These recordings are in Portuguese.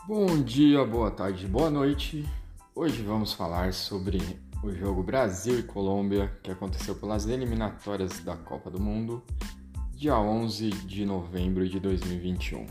Bom dia, boa tarde, boa noite. Hoje vamos falar sobre o jogo Brasil e Colômbia que aconteceu pelas eliminatórias da Copa do Mundo, dia 11 de novembro de 2021.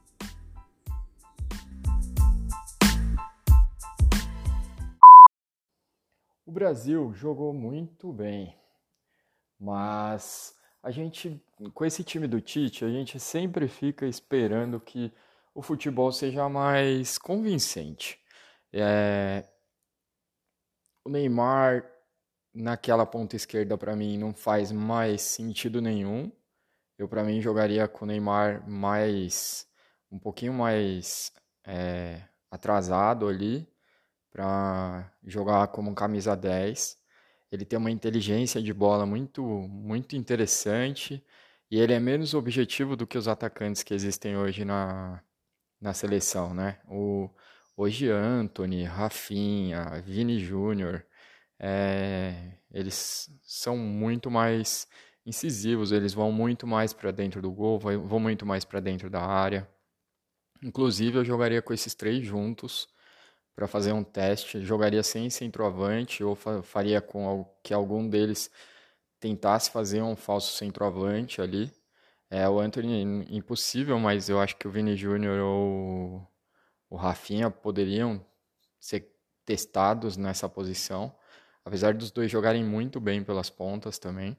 O Brasil jogou muito bem, mas com esse time do Tite, a gente sempre fica esperando que o futebol seja mais convincente. É, o Neymar naquela ponta esquerda para mim não faz mais sentido nenhum. Eu para mim jogaria com o Neymar mais um pouquinho mais atrasado ali para jogar como um camisa 10. Ele tem uma inteligência de bola muito interessante e ele é menos objetivo do que os atacantes que existem hoje na seleção, né? Hoje Antony, Rafinha, Vini Júnior, eles são muito mais incisivos, eles vão muito mais para dentro do gol, vão muito mais para dentro da área. Inclusive, eu jogaria com esses três juntos para fazer um teste. Jogaria sem centroavante ou faria que algum deles tentasse fazer um falso centroavante ali. O Antony impossível, mas eu acho que o Vini Júnior ou o Rafinha poderiam ser testados nessa posição, apesar dos dois jogarem muito bem pelas pontas também.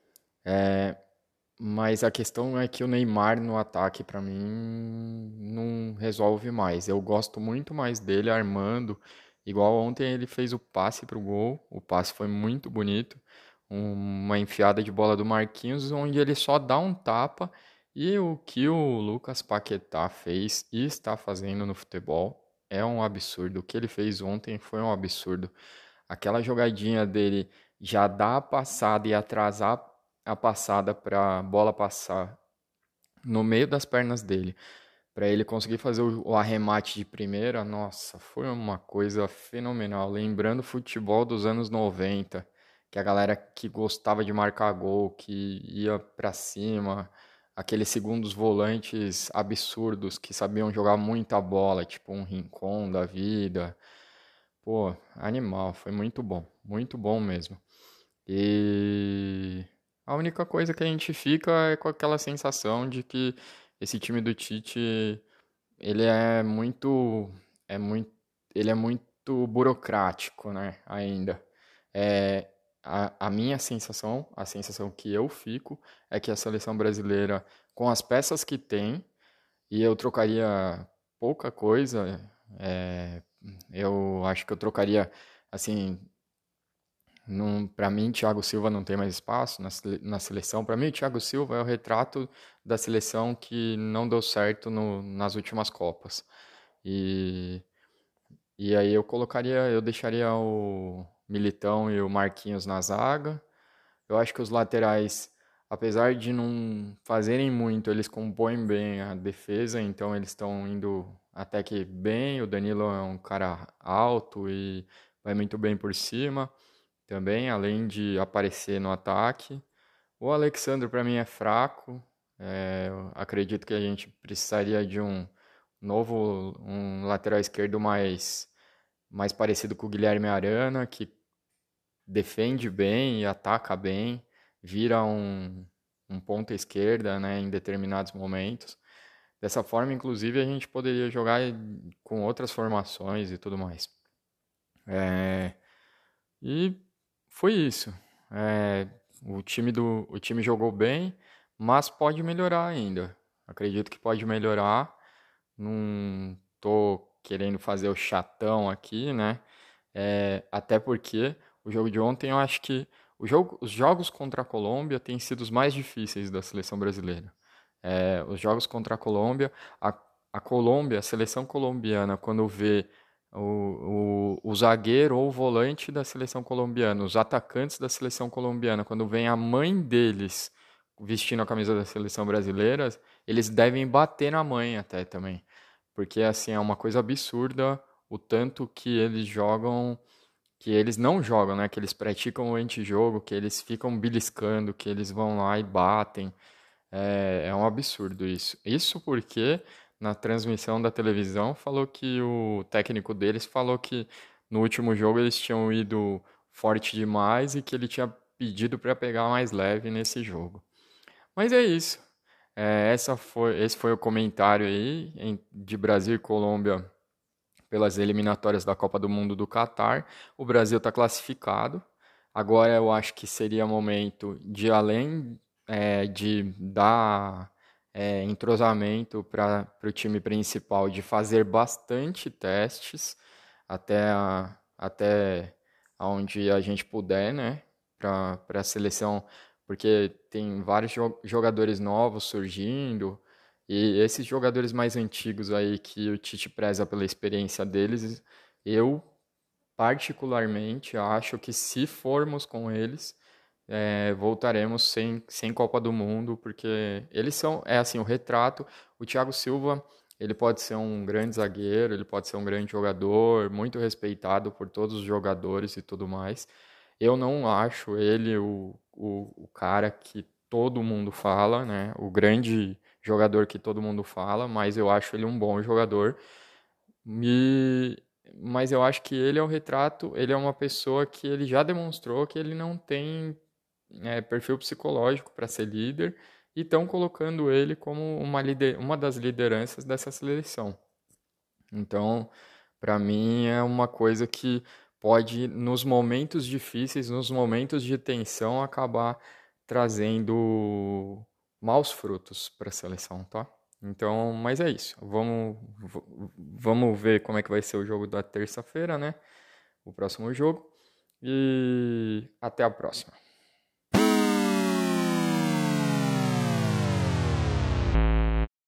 Mas a questão é que o Neymar no ataque, para mim, não resolve mais. Eu gosto muito mais dele armando. Igual ontem ele fez o passe para o gol. O passe foi muito bonito. Uma enfiada de bola do Marquinhos, onde ele só dá um tapa. E o que o Lucas Paquetá fez e está fazendo no futebol é um absurdo. O que ele fez ontem foi um absurdo. Aquela jogadinha dele já dar a passada e atrasar a passada para a bola passar no meio das pernas dele, para ele conseguir fazer o arremate de primeira, nossa, foi uma coisa fenomenal. Lembrando o futebol dos anos 90, que a galera que gostava de marcar gol, que ia para cima, aqueles segundos volantes absurdos que sabiam jogar muita bola, tipo um Rincon da vida. Pô, animal, foi muito bom mesmo. E a única coisa que a gente fica é com aquela sensação de que esse time do Tite, ele é muito, ele é muito burocrático, né, ainda. É, a minha sensação, a sensação que eu fico, é que a seleção brasileira, com as peças que tem, e eu trocaria pouca coisa, eu acho que eu trocaria, assim, para mim, Thiago Silva não tem mais espaço na seleção. Para mim, o Thiago Silva é o retrato da seleção que não deu certo nas últimas Copas. E, e aí eu deixaria o Militão e o Marquinhos na zaga. Eu acho que os laterais, apesar de não fazerem muito, eles compõem bem a defesa, então eles estão indo até que bem. O Danilo é um cara alto e vai muito bem por cima também, além de aparecer no ataque. O Alexandre para mim é fraco. Eu acredito que a gente precisaria de um lateral esquerdo mais parecido com o Guilherme Arana, que defende bem e ataca bem, vira um ponta esquerda, né, em determinados momentos. Dessa forma, inclusive, a gente poderia jogar com outras formações e tudo mais. E foi isso. O time jogou bem, mas pode melhorar ainda. Acredito que pode melhorar. Não tô querendo fazer o chatão aqui, né? Até porque o jogo de ontem eu acho que os jogos contra a Colômbia têm sido os mais difíceis da seleção brasileira. Os jogos contra a Colômbia, a Colômbia, a seleção colombiana, quando vê o zagueiro ou o volante da seleção colombiana, os atacantes da seleção colombiana, quando vem a mãe deles vestindo a camisa da seleção brasileira, eles devem bater na mãe até também. Porque assim é uma coisa absurda o tanto que eles jogam, que eles não jogam, né? Que eles praticam o antijogo, que eles ficam beliscando, que eles vão lá e batem. É um absurdo isso. Isso porque na transmissão da televisão, falou que o técnico deles falou que no último jogo eles tinham ido forte demais e que ele tinha pedido para pegar mais leve nesse jogo. Mas é isso. Esse foi o comentário aí de Brasil e Colômbia pelas eliminatórias da Copa do Mundo do Catar. O Brasil está classificado. Agora eu acho que seria momento de, além de dar entrosamento para o time principal, de fazer bastante testes até onde a gente puder, né? Para a seleção, porque tem vários jogadores novos surgindo, e esses jogadores mais antigos aí que o Tite preza pela experiência deles, eu particularmente acho que se formos com eles, voltaremos sem Copa do Mundo, porque eles são, assim, o retrato. O Thiago Silva, ele pode ser um grande zagueiro, ele pode ser um grande jogador, muito respeitado por todos os jogadores e tudo mais. Eu não acho ele o cara que todo mundo fala, né? O grande jogador que todo mundo fala, mas eu acho ele um bom jogador. E, mas eu acho que ele é o retrato, ele é uma pessoa que ele já demonstrou que ele não tem perfil psicológico para ser líder e estão colocando ele como uma das lideranças dessa seleção. Então, para mim, é uma coisa que pode, nos momentos difíceis, nos momentos de tensão, acabar trazendo maus frutos para a seleção, tá? Então, mas é isso. Vamos ver como é que vai ser o jogo da terça-feira, né? O próximo jogo. E até a próxima.